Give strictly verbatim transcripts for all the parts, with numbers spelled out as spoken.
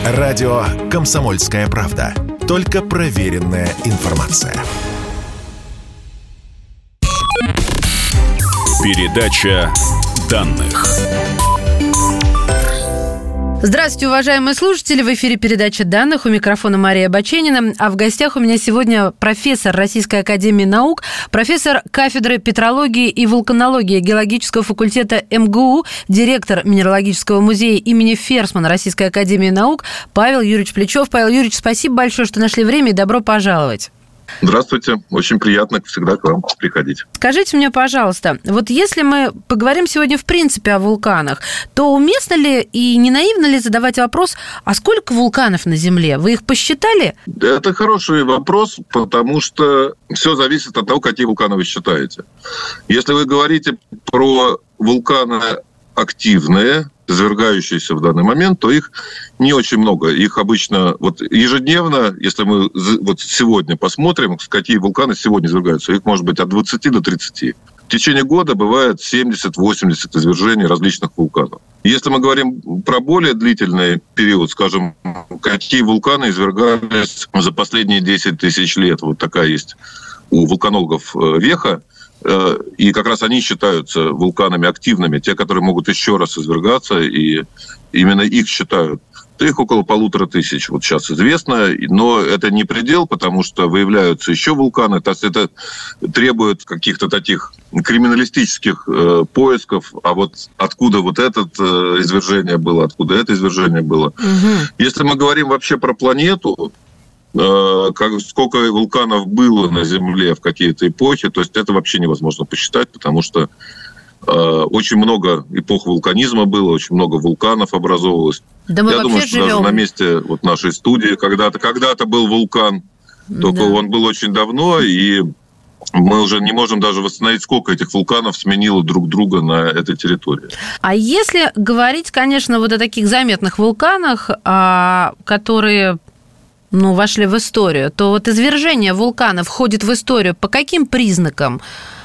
Радио «Комсомольская правда». Только проверенная информация. Передача данных. Здравствуйте, уважаемые слушатели. В эфире передача данных. У микрофона Мария Баченина. А в гостях у меня сегодня профессор Российской академии наук, профессор кафедры петрологии и вулканологии геологического факультета эм гэ у, директор Минералогического музея имени Ферсмана Российской академии наук Павел Юрьевич Плечев. Павел Юрьевич, спасибо большое, что нашли время, и добро пожаловать. Здравствуйте. Очень приятно всегда к вам приходить. Скажите мне, пожалуйста, вот если мы поговорим сегодня в принципе о вулканах, то уместно ли и не наивно ли задавать вопрос, а сколько вулканов на Земле? Вы их посчитали? Это хороший вопрос, потому что все зависит от того, какие вулканы вы считаете. Если вы говорите про вулканы активные, извергающиеся в данный момент, то их не очень много. Их обычно вот ежедневно, если мы вот сегодня посмотрим, какие вулканы сегодня извергаются, их может быть от двадцати до тридцати. В течение года бывает семьдесят-восемьдесят извержений различных вулканов. Если мы говорим про более длительный период, скажем, какие вулканы извергались за последние десять тысяч лет, вот такая есть у вулканологов веха, и как раз они считаются вулканами активными, те, которые могут еще раз извергаться, и именно их считают. То их около полутора тысяч, вот сейчас известно, но это не предел, потому что выявляются еще вулканы, то есть это требует каких-то таких криминалистических э, поисков, а вот откуда вот это э, извержение было, откуда это извержение было. Угу. Если мы говорим вообще про планету, как, сколько вулканов было на Земле в какие-то эпохи, то есть это вообще невозможно посчитать, потому что э, очень много эпох вулканизма было, очень много вулканов образовывалось. Да мы Я думаю, что живем. Даже на месте вот нашей студии когда-то, когда-то был вулкан, только да. Он был очень давно, и мы уже не можем даже восстановить, сколько этих вулканов сменило друг друга на этой территории. А если говорить, конечно, вот о таких заметных вулканах, которые... ну, вошли в историю, то вот извержение вулкана входит в историю по каким признакам?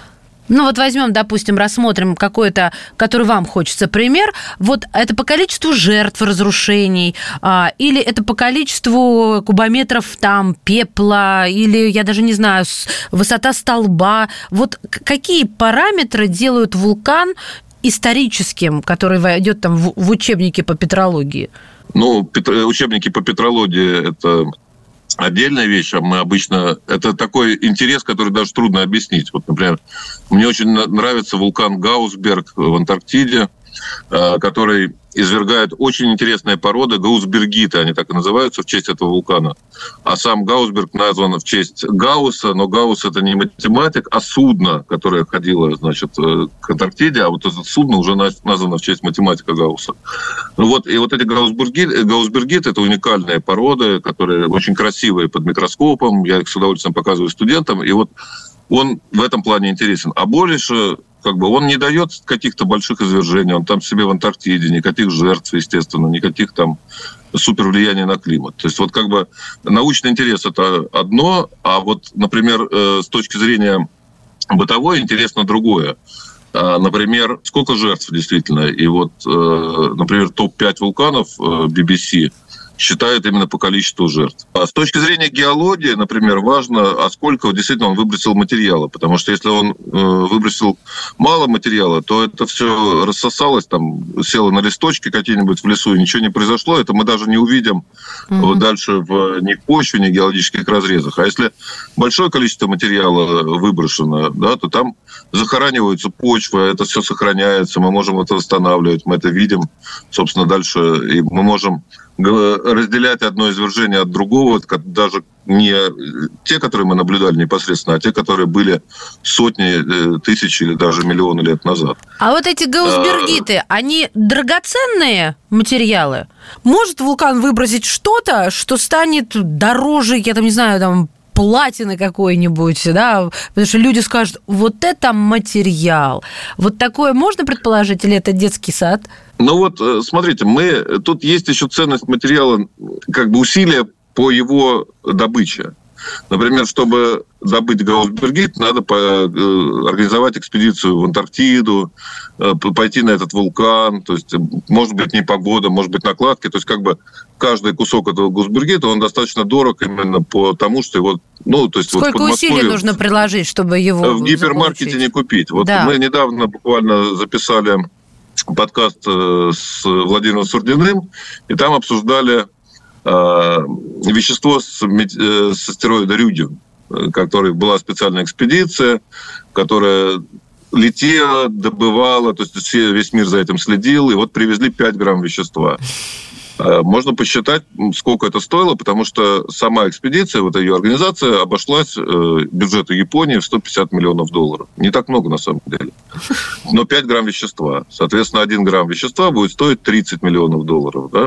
Ну, вот возьмем, допустим, рассмотрим какой-то, который вам хочется пример. Вот это по количеству жертв разрушений, а, или это по количеству кубометров там пепла, или, я даже не знаю, высота столба. Вот какие параметры делают вулкан историческим, который войдет там в, в учебники по петрологии? Ну, учебники по петрологии – это отдельная вещь, а мы обычно... Это такой интерес, который даже трудно объяснить. Вот, например, мне очень нравится вулкан Гаусберг в Антарктиде, который извергает очень интересные породы, гаусбергиты, они так и называются в честь этого вулкана. А сам Гаусберг назван в честь Гаусса, но Гаусс – это не математик, а судно, которое ходило, значит, к Антарктиде, а вот это судно уже названо в честь математика Гаусса. Ну вот, и вот эти гаусбергиты, гаусбергиты – это уникальные породы, которые очень красивые под микроскопом, я их с удовольствием показываю студентам, и вот он в этом плане интересен. А больше... Как бы он не дает каких-то больших извержений, он там себе в Антарктиде, никаких жертв, естественно, никаких там супер влияния на климат. То есть вот как бы научный интерес – это одно, а вот, например, с точки зрения бытовой интересно другое. Например, сколько жертв действительно. И вот, например, топ пять вулканов би би си считают именно по количеству жертв. А с точки зрения геологии, например, важно, а сколько действительно он выбросил материала. Потому что если он выбросил мало материала, то это все рассосалось, там, село на листочки какие-нибудь в лесу, и ничего не произошло. Это мы даже не увидим mm-hmm. дальше в ни в почве, ни в геологических разрезах. А если большое количество материала выброшено, да, то там захоранивается почва, это все сохраняется, мы можем это восстанавливать, мы это видим, собственно, дальше, и мы можем разделять одно извержение от другого, даже не те, которые мы наблюдали непосредственно, а те, которые были сотни тысяч или даже миллионы лет назад. А вот эти гаусбергиты, а... они драгоценные материалы? Может вулкан выбросить что-то, что станет дороже, я там не знаю, там, платины какой-нибудь, да, потому что люди скажут, вот это материал. Вот такое можно предположить, или это детский сад? Ну вот, смотрите, мы тут есть еще ценность материала, как бы усилия по его добыче. Например, чтобы добыть гаусбергит, надо организовать экспедицию в Антарктиду, пойти на этот вулкан. То есть, может быть, непогода, может быть, накладки. То есть, как бы каждый кусок этого гаусбергита, он достаточно дорог именно потому, что его... Ну, то есть, сколько вот усилий нужно приложить, чтобы его в гипермаркете заполучить? Не купить. Вот да. Мы недавно буквально записали подкаст с Владимиром Сурдиным, и там обсуждали э, вещество с, э, с астероида Рюди, которой была специальная экспедиция, которая летела, добывала, то есть все, весь мир за этим следил, и вот привезли пять грамм вещества. Можно посчитать, сколько это стоило, потому что сама экспедиция, вот ее организация, обошлась бюджету Японии в сто пятьдесят миллионов долларов. Не так много, на самом деле. Но пять грамм вещества. Соответственно, один грамм вещества будет стоить тридцать миллионов долларов. Да?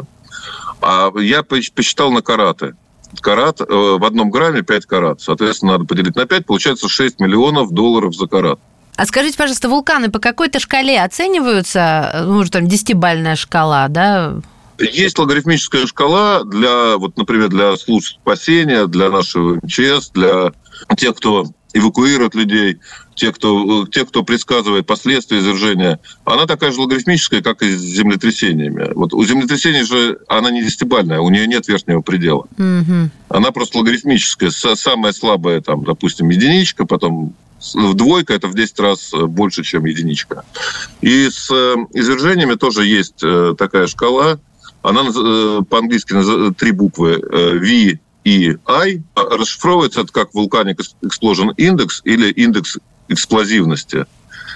А я посчитал на караты. Карат, в одном грамме пять карат. Соответственно, надо поделить на пять, получается шесть миллионов долларов за карат. А скажите, пожалуйста, вулканы по какой-то шкале оцениваются? Ну, там, десятибалльная шкала, да? Есть логарифмическая шкала для, вот, например, для служб спасения, для нашего эм че эс, для тех, кто эвакуирует людей, те, кто, те, кто предсказывает последствия извержения. Она такая же логарифмическая, как и с землетрясениями. Вот у землетрясений же она не десятибалльная, у нее нет верхнего предела. Mm-hmm. Она просто логарифмическая. Самая слабая, там, допустим, единичка, потом двойка – это в десять раз больше, чем единичка. И с извержениями тоже есть такая шкала. Она по-английски три буквы V и I. Расшифровывается это как Volcanic Explosion Index или индекс эксплозивности.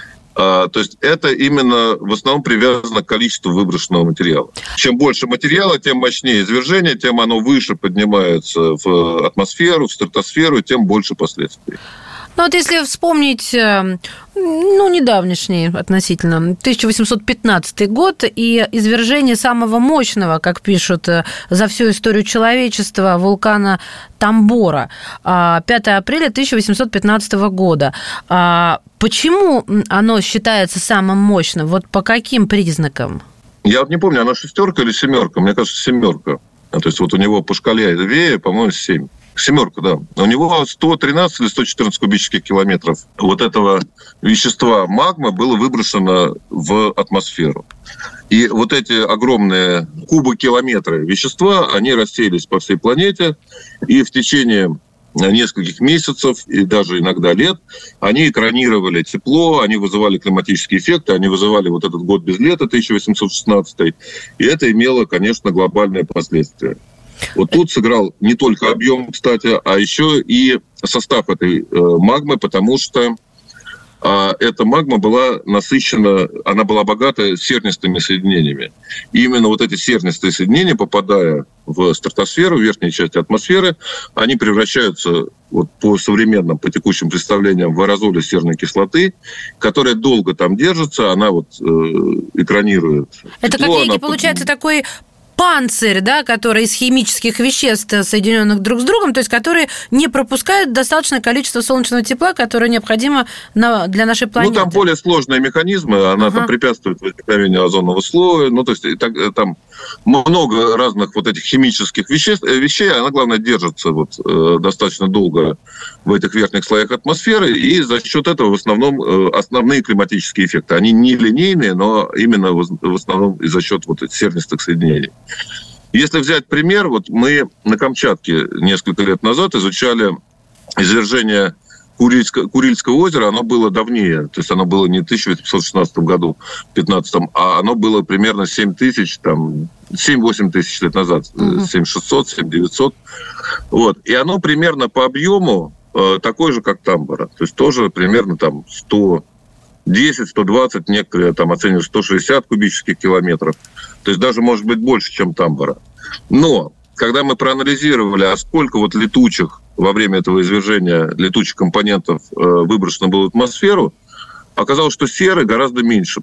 То есть это именно в основном привязано к количеству выброшенного материала. Чем больше материала, тем мощнее извержение, тем оно выше поднимается в атмосферу, в стратосферу, тем больше последствий. Ну вот если вспомнить, ну, недавнешний относительно, тысяча восемьсот пятнадцатый год и извержение самого мощного, как пишут, за всю историю человечества вулкана Тамбора, пятого апреля тысяча восемьсот пятнадцатого года. Почему оно считается самым мощным? Вот по каким признакам? Я вот не помню, она шестерка или семерка? Мне кажется, семерка. То есть вот у него по шкале Вея, по-моему, семь. Семерка, да. У него сто тринадцать или сто четырнадцать кубических километров вот этого вещества магмы было выброшено в атмосферу. И вот эти огромные кубокилометры вещества, они рассеялись по всей планете, и в течение нескольких месяцев и даже иногда лет они экранировали тепло, они вызывали климатические эффекты, они вызывали вот этот год без лета, тысяча восемьсот шестнадцатый, и это имело, конечно, глобальные последствия. Вот тут сыграл не только объем, кстати, а еще и состав этой э, магмы, потому что э, эта магма была насыщена, она была богата сернистыми соединениями. И именно вот эти сернистые соединения, попадая в стратосферу, в верхней части атмосферы, они превращаются вот, по современным, по текущим представлениям в аэрозоли серной кислоты, которая долго там держится, она вот э, экранирует. Это тепло, как некий, она... получается, такой... панцирь, да, который из химических веществ, соединенных друг с другом, то есть которые не пропускают достаточное количество солнечного тепла, которое необходимо на, для нашей планеты. Ну, там более сложные механизмы, она ага. там препятствует возникновению озонового слоя, ну, то есть так, там много разных вот этих химических веществ, вещей, она, главное, держится вот, э, достаточно долго в этих верхних слоях атмосферы, и за счет этого в основном э, основные климатические эффекты. Они не линейные, но именно в, в основном и за счет вот этих сернистых соединений. Если взять пример, вот мы на Камчатке несколько лет назад изучали извержение Курильского, Курильского озера, оно было давнее, то есть оно было не в тысяча восемьсот шестнадцатом году, пятнадцатом, а оно было примерно семь тысяч, там, семь-восемь тысяч лет назад, угу. семь тысяч шестьсот, семь тысяч девятьсот. Вот. И оно примерно по объему э, такое же, как Тамбора, то есть тоже примерно там сто десять - сто двадцать, некоторые там оценивают сто шестьдесят кубических километров. То есть даже, может быть, больше, чем Тамбора. Но когда мы проанализировали, а сколько вот летучих во время этого извержения летучих компонентов э, выброшено было в атмосферу, оказалось, что серы гораздо меньше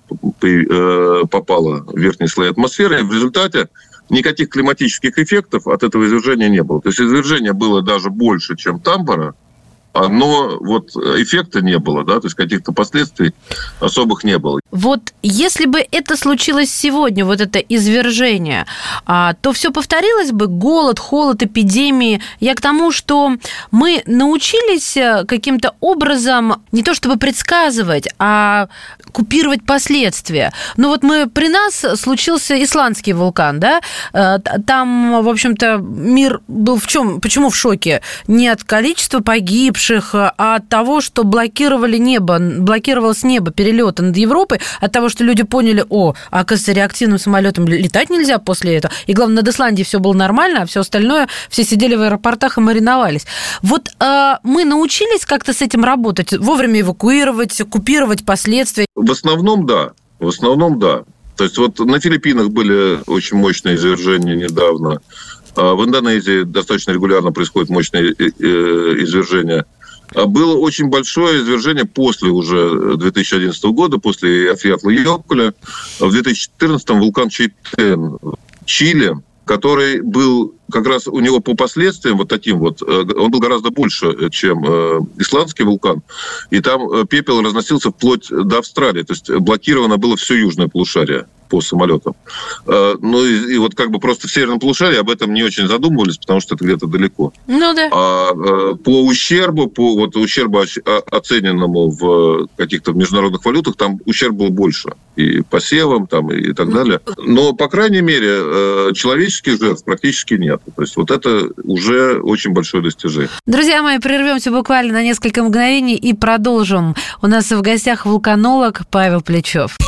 э, попало в верхние слои атмосферы. И в результате никаких климатических эффектов от этого извержения не было. То есть извержение было даже больше, чем Тамбора, но вот эффекта не было, да, то есть каких-то последствий особых не было. Вот если бы это случилось сегодня, вот это извержение, то все повторилось бы? Голод, холод, эпидемии. Я к тому, что мы научились каким-то образом не то чтобы предсказывать, а купировать последствия. Ну вот мы, при нас случился исландский вулкан, да, там, в общем-то, мир был в чем, почему в шоке? Не от количества погибших, а от того, что блокировали небо, блокировалось небо перелета над Европой, от того, что люди поняли, о, оказывается, реактивным самолетом летать нельзя после этого. И главное, над Исландией все было нормально, а все остальное, все сидели в аэропортах и мариновались. Вот э, мы научились как-то с этим работать, вовремя эвакуировать, купировать последствия. В основном, да. В основном, да. То есть вот на Филиппинах были очень мощные извержения недавно. В Индонезии достаточно регулярно происходят мощные извержения. Было очень большое извержение после уже две тысячи одиннадцатого года, после Eyjafjallajökull. В две тысячи четырнадцатом вулкан Чейтен в Чили, который был как раз у него по последствиям вот таким вот, он был гораздо больше, чем исландский вулкан, и там пепел разносился вплоть до Австралии, то есть блокировано было все южное полушарие по самолетам. Ну и, и вот как бы просто в северном полушарии об этом не очень задумывались, потому что это где-то далеко. Ну да. А по ущербу, по вот ущербу, оцененному в каких-то международных валютах, там ущерб был больше. И посевам, там, и так далее. Но, по крайней мере, человеческих жертв практически нет. То есть вот это уже очень большое достижение. Друзья мои, прервемся буквально на несколько мгновений и продолжим. У нас в гостях вулканолог Павел Плечев.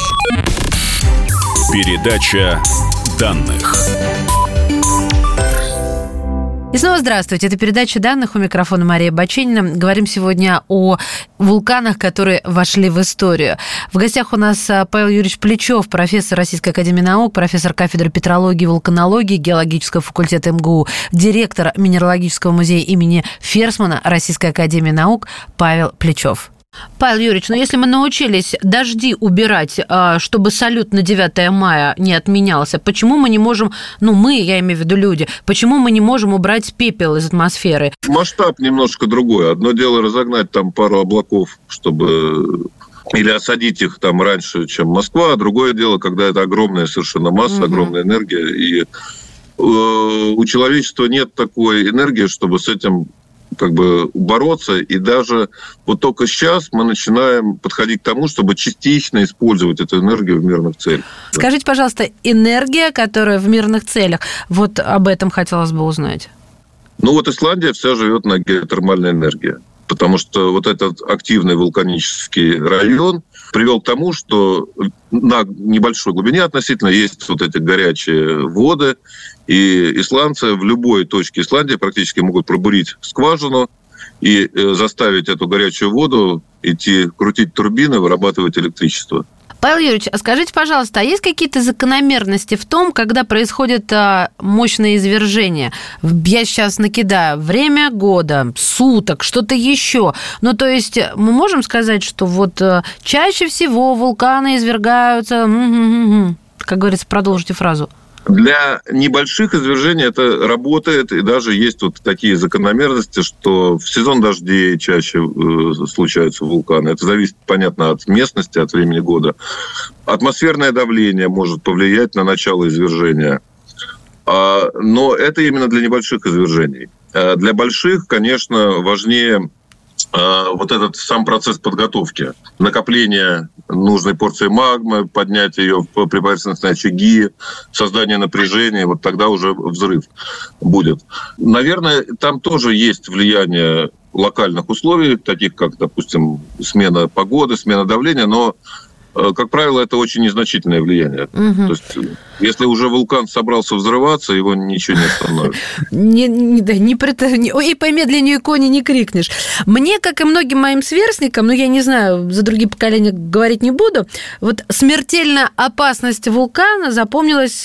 Передача данных. И снова здравствуйте. Это передача данных. У микрофона Мария Баченина. Говорим сегодня о вулканах, которые вошли в историю. В гостях у нас Павел Юрьевич Плечев, профессор Российской академии наук, профессор кафедры петрологии и вулканологии Геологического факультета эм гэ у, директор Минералогического музея имени Ферсмана Российской академии наук Павел Плечев. Павел Юрьевич, ну если мы научились дожди убирать, чтобы салют на девятое мая не отменялся, почему мы не можем, ну мы, я имею в виду люди, почему мы не можем убрать пепел из атмосферы? Масштаб немножко другой. Одно дело разогнать там пару облаков, чтобы... или осадить их там раньше, чем Москва, а другое дело, когда это огромная совершенно масса, угу. огромная энергия, и у человечества нет такой энергии, чтобы с этим как бы бороться, и даже вот только сейчас мы начинаем подходить к тому, чтобы частично использовать эту энергию в мирных целях. Скажите, пожалуйста, энергия, которая в мирных целях, вот об этом хотелось бы узнать. Ну вот Исландия вся живет на геотермальной энергии, потому что вот этот активный вулканический район привел к тому, что на небольшой глубине относительно есть вот эти горячие воды, и исландцы в любой точке Исландии практически могут пробурить скважину и заставить эту горячую воду идти, крутить турбины, вырабатывать электричество. Павел Юрьевич, а скажите, пожалуйста, а есть какие-то закономерности в том, когда происходит мощное извержение? Я сейчас накидаю время года, суток, что-то еще. Ну, то есть мы можем сказать, что вот чаще всего вулканы извергаются... Как говорится, продолжите фразу. Для небольших извержений это работает, и даже есть вот такие закономерности, что в сезон дождей чаще случаются вулканы. Это зависит, понятно, от местности, от времени года. Атмосферное давление может повлиять на начало извержения. Но это именно для небольших извержений. Для больших, конечно, важнее вот этот сам процесс подготовки, накопление нужной порции магмы, поднять ее в предварительные очаги, создание напряжения, вот тогда уже взрыв будет. Наверное, там тоже есть влияние локальных условий, таких как, допустим, смена погоды, смена давления, но, как правило, это очень незначительное влияние. Угу. То есть, если уже вулкан собрался взрываться, его ничего не остановит. Не, не, да, не, не, и помедленнее кони не крикнешь. Мне, как и многим моим сверстникам, ну, я не знаю, за другие поколения говорить не буду, вот смертельная опасность вулкана запомнилась...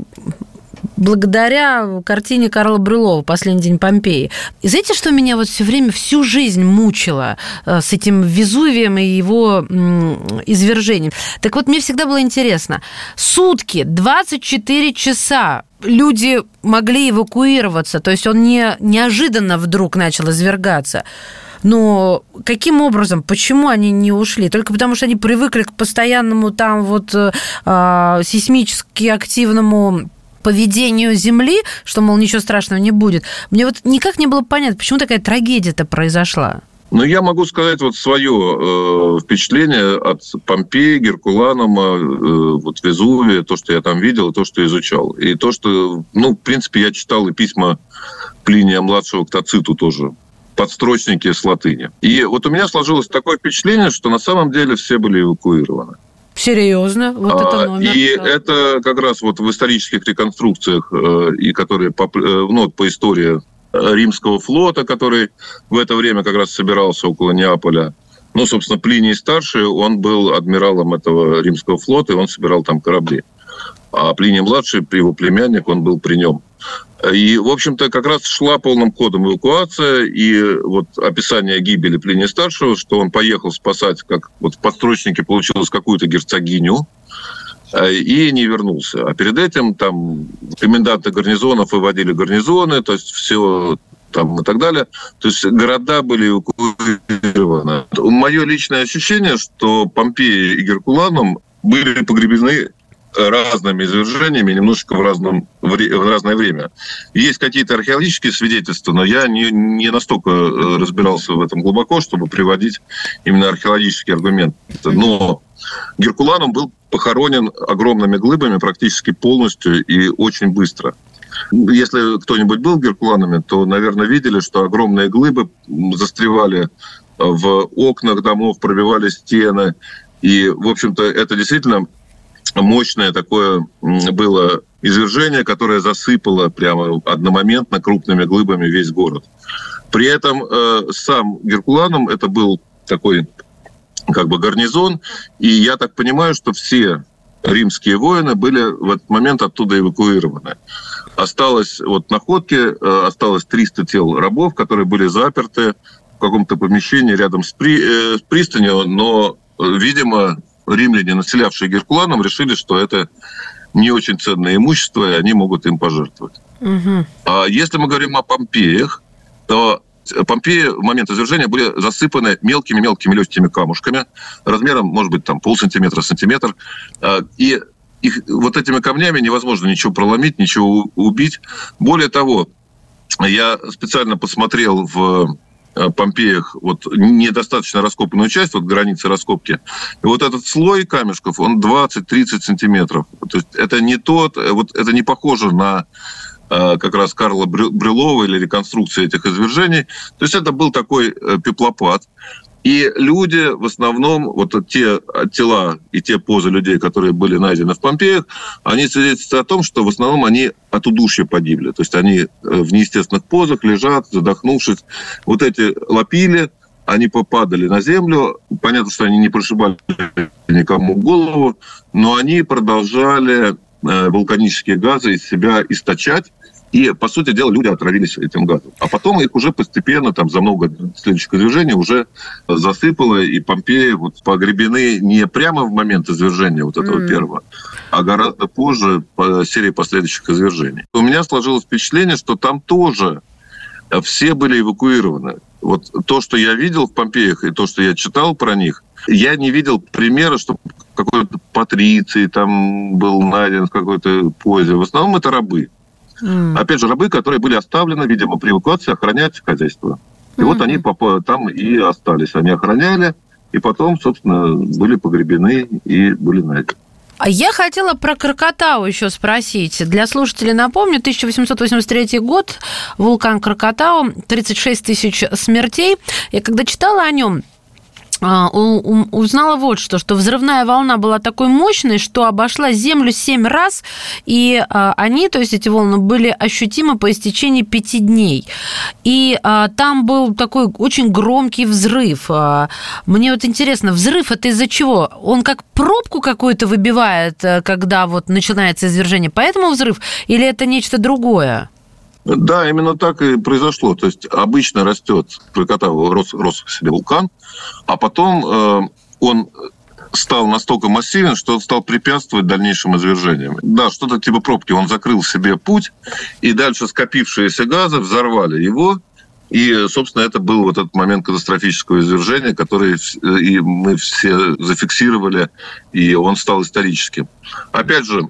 благодаря картине Карла Брюлова «Последний день Помпеи». И знаете, что меня вот все время, всю жизнь мучило с этим Везувием и его извержением? Так вот, мне всегда было интересно. Сутки, двадцать четыре часа люди могли эвакуироваться, то есть он не неожиданно вдруг начал извергаться. Но каким образом, почему они не ушли? Только потому, что они привыкли к постоянному там вот э, сейсмически активному поведению Земли, что, мол, ничего страшного не будет. Мне вот никак не было понятно, почему такая трагедия-то произошла. Ну, я могу сказать вот свое э, впечатление от Помпеи, Геркуланума, э, вот Везувия, то, что я там видел, и то, что изучал. И то, что, ну, в принципе, я читал и письма Плиния-младшего к Тациту тоже, подстрочники с латыни. И вот у меня сложилось такое впечатление, что на самом деле все были эвакуированы. Серьезно? Вот а, это номер. И да. Это как раз вот в исторических реконструкциях, э, и которые по, э, ну, по истории Римского флота, который в это время как раз собирался около Неаполя. Ну, собственно, Плиний Старший, он был адмиралом этого Римского флота, и он собирал там корабли. А Плиний Младший, его племянник, он был при нем. И, в общем-то, как раз шла полным ходом эвакуация, и вот описание гибели Плиния Старшего, что он поехал спасать, как вот в подстрочнике получилось, какую-то герцогиню, и не вернулся. А перед этим там коменданты гарнизонов выводили гарнизоны, то есть все там и так далее. То есть города были эвакуированы. Мое личное ощущение, что Помпея и Геркуланум были погребены разными извержениями, немножечко в, разном, в разное время. Есть какие-то археологические свидетельства, но я не, не настолько разбирался в этом глубоко, чтобы приводить именно археологические аргументы. Но Геркуланум был похоронен огромными глыбами практически полностью и очень быстро. Если кто-нибудь был в Геркулануме, то, наверное, видели, что огромные глыбы застревали в окнах домов, пробивали стены. И, в общем-то, это действительно мощное такое было извержение, которое засыпало прямо одномоментно крупными глыбами весь город. При этом э, сам Геркуланум это был такой как бы гарнизон, и я так понимаю, что все римские воины были в этот момент оттуда эвакуированы. Осталось вот находки, э, осталось триста тел рабов, которые были заперты в каком-то помещении рядом с, при, э, с пристанью, но, видимо, римляне, населявшие Геркуланум, решили, что это не очень ценное имущество, и они могут им пожертвовать. Угу. А если мы говорим о Помпеях, то Помпеи в момент извержения были засыпаны мелкими-мелкими легкими камушками, размером, может быть, там полсантиметра, сантиметр. И их, вот этими камнями невозможно ничего проломить, ничего убить. Более того, я специально посмотрел в Помпеях вот недостаточно раскопанную часть, вот границы раскопки. И вот этот слой камешков, он двадцать-тридцать сантиметров. То есть это не тот, вот это не похоже на как раз Карла Брюлова или реконструкции этих извержений. То есть это был такой пеплопад. И люди в основном, вот те тела и те позы людей, которые были найдены в Помпеях, они свидетельствуют о том, что в основном они от удушья погибли. То есть они в неестественных позах лежат, задохнувшись. Вот эти лапили, они попадали на землю. Понятно, что они не прошибали никому голову, но они продолжали вулканические газы из себя источать. И, по сути дела, люди отравились этим газом. А потом их уже постепенно, там, за много следующих извержений уже засыпало, и Помпеи вот погребены не прямо в момент извержения вот этого mm. первого, а гораздо позже по серии последующих извержений. У меня сложилось впечатление, что там тоже все были эвакуированы. Вот то, что я видел в Помпеях, и то, что я читал про них, я не видел примера, что какой-то патриций там был найден в какой-то позе. В основном это рабы. Mm. Опять же, рабы, которые были оставлены, видимо, при эвакуации охранять хозяйство. И mm-hmm. вот они там и остались. Они охраняли, и потом, собственно, были погребены и были найдены. А я хотела про Кракатау еще спросить. Для слушателей напомню, тысяча восемьсот восемьдесят третий год, вулкан Кракатау, тридцать шесть тысяч смертей. Я когда читала о нем, узнала вот что, что взрывная волна была такой мощной, что обошла Землю семь раз, и они, то есть эти волны, были ощутимы по истечении пяти дней. И там был такой очень громкий взрыв. Мне вот интересно, взрыв это из-за чего? Он как пробку какую-то выбивает, когда вот начинается извержение, поэтому взрыв? Или это нечто другое? Да, именно так и произошло. То есть обычно растет, Кракатау рос, рос себе вулкан, а потом э, он стал настолько массивен, что он стал препятствовать дальнейшим извержениям. Да, что-то типа пробки. Он закрыл себе путь, и дальше скопившиеся газы взорвали его, И, собственно, это был вот этот момент катастрофического извержения, который и мы все зафиксировали, и он стал историческим. Опять же,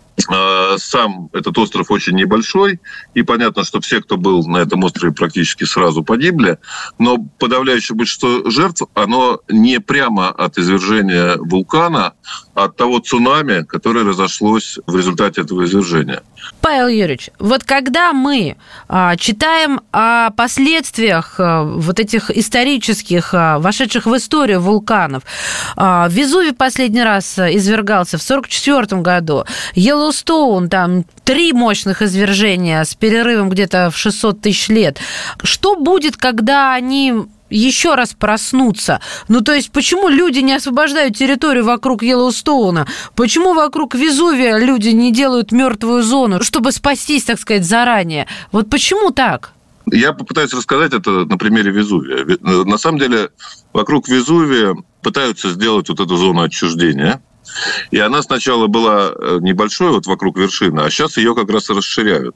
сам этот остров очень небольшой, и понятно, что все, кто был на этом острове, практически сразу погибли, но подавляющее большинство жертв, оно не прямо от извержения вулкана, а от того цунами, которое разошлось в результате этого извержения. Павел Юрьевич, вот когда мы а, читаем о последствиях а, вот этих исторических, а, вошедших в историю вулканов, а, Везувий последний раз извергался в сорок четвёртом году, Йеллоустоун, там три мощных извержения с перерывом где-то в шестьсот тысяч лет. Что будет, когда они еще раз проснуться? Ну, то есть, почему люди не освобождают территорию вокруг Йеллоустоуна? Почему вокруг Везувия люди не делают мертвую зону, чтобы спастись, так сказать, заранее? Вот почему так? Я попытаюсь рассказать это на примере Везувия. На самом деле, вокруг Везувия пытаются сделать вот эту зону отчуждения. И она сначала была небольшой, вот вокруг вершины, а сейчас ее как раз и расширяют.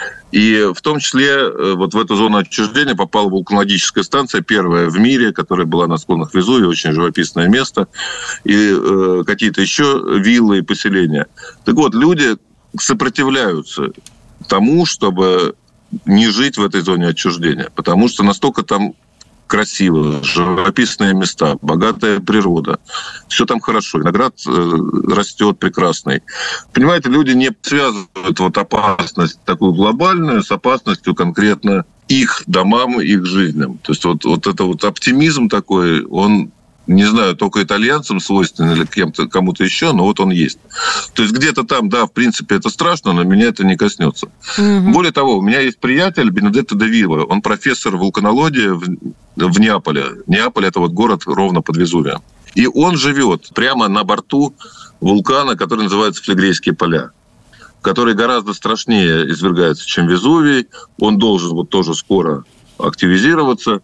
И в том числе вот в эту зону отчуждения попала вулканологическая станция, первая в мире, которая была на склонах Везувия, очень живописное место, и э, какие-то еще виллы и поселения. Так вот, люди сопротивляются тому, чтобы не жить в этой зоне отчуждения, потому что настолько там красиво, живописные места, богатая природа. Все там хорошо. Виноград растет прекрасный. Понимаете, люди не связывают вот опасность такую глобальную с опасностью конкретно их домам, их жизням. То есть вот, вот это вот оптимизм такой, он, не знаю, только итальянцам свойственен или кем-то, кому-то еще, но вот он есть. То есть где-то там, да, в принципе, это страшно, но меня это не коснется. Угу. Более того, у меня есть приятель Бенедетто де Вилла, он профессор вулканологии в, в Неаполе. Неаполь – это вот город ровно под Везувием. И он живет прямо на борту вулкана, который называется Флегрейские поля, который гораздо страшнее извергается, чем Везувий. Он должен вот тоже скоро активизироваться.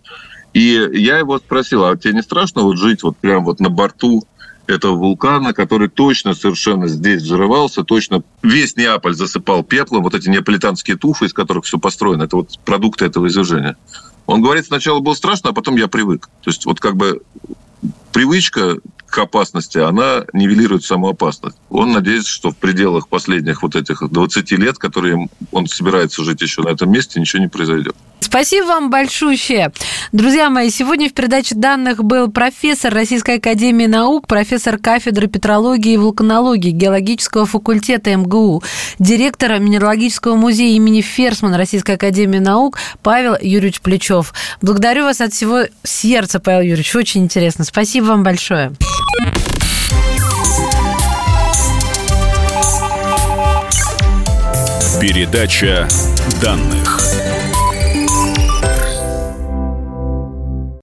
И я его спросил, а тебе не страшно вот жить вот прямо вот на борту этого вулкана, который точно совершенно здесь взрывался, точно весь Неаполь засыпал пеплом, вот эти неаполитанские туфы, из которых все построено, это вот продукты этого извержения. Он говорит, сначала было страшно, а потом я привык. То есть вот как бы привычка к опасности, она нивелирует саму опасность. Он надеется, что в пределах последних вот этих двадцати лет, которые он собирается жить еще на этом месте, ничего не произойдет. Спасибо вам большое. Друзья мои, сегодня в передаче данных был профессор Российской академии наук, профессор кафедры петрологии и вулканологии Геологического факультета эм гэ у, директор Минералогического музея имени Ферсмана Российской академии наук Павел Юрьевич Плечев. Благодарю вас от всего сердца, Павел Юрьевич. Очень интересно. Спасибо вам большое. Передача данных.